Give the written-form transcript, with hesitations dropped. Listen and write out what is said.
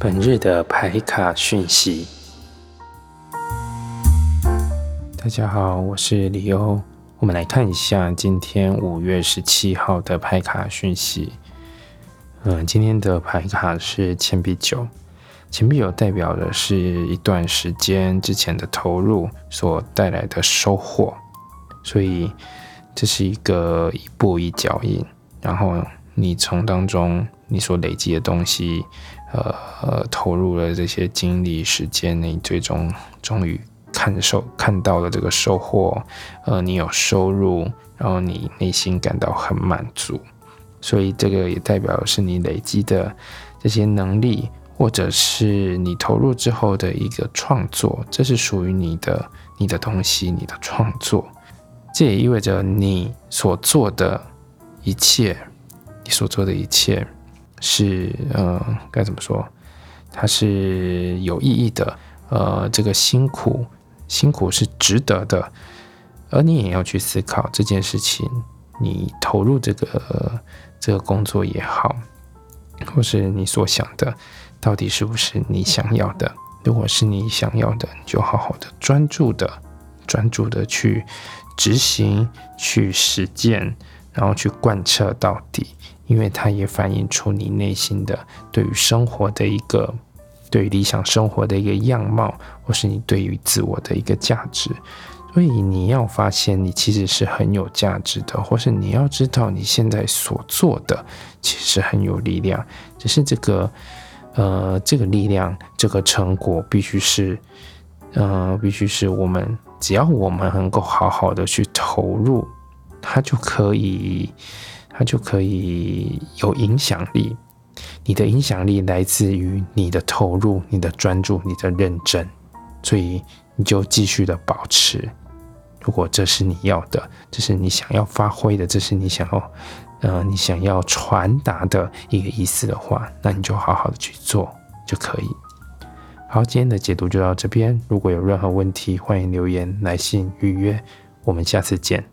本日的牌卡讯息。大家好，我是李欧。我们来看一下今天5月17号的牌卡讯息。今天的牌卡是钱币9。钱币9代表的是一段时间之前的投入所带来的收获，所以这是一个一步一脚印，然后你从当中你所累积的东西，投入了这些精力时间，你最终终于看到了这个收获，你有收入，然后你内心感到很满足，所以这个也代表的是你累积的这些能力，或者是你投入之后的一个创作，这是属于你的东西，你的创作。这也意味着你所做的一切是该怎么说？它是有意义的，这个辛苦是值得的，而你也要去思考这件事情，你投入这个工作也好，或是你所想的，到底是不是你想要的？如果是你想要的，你就好好的专注的去执行、去实践，然后去贯彻到底，因为它也反映出你内心的对于生活的对于理想生活的一个样貌，或是你对于自我的一个价值。所以你要发现你其实是很有价值的，或是你要知道你现在所做的其实很有力量，只是这个力量，这个成果必须是只要我们能够好好的去投入，它就可以有影响力。你的影响力来自于你的投入、你的专注、你的认真，所以你就继续的保持。如果这是你要的，这是你想要发挥的，这是你想要传达的一个意思的话，那你就好好的去做就可以。好，今天的解读就到这边。如果有任何问题，欢迎留言、来信、预约。我们下次见。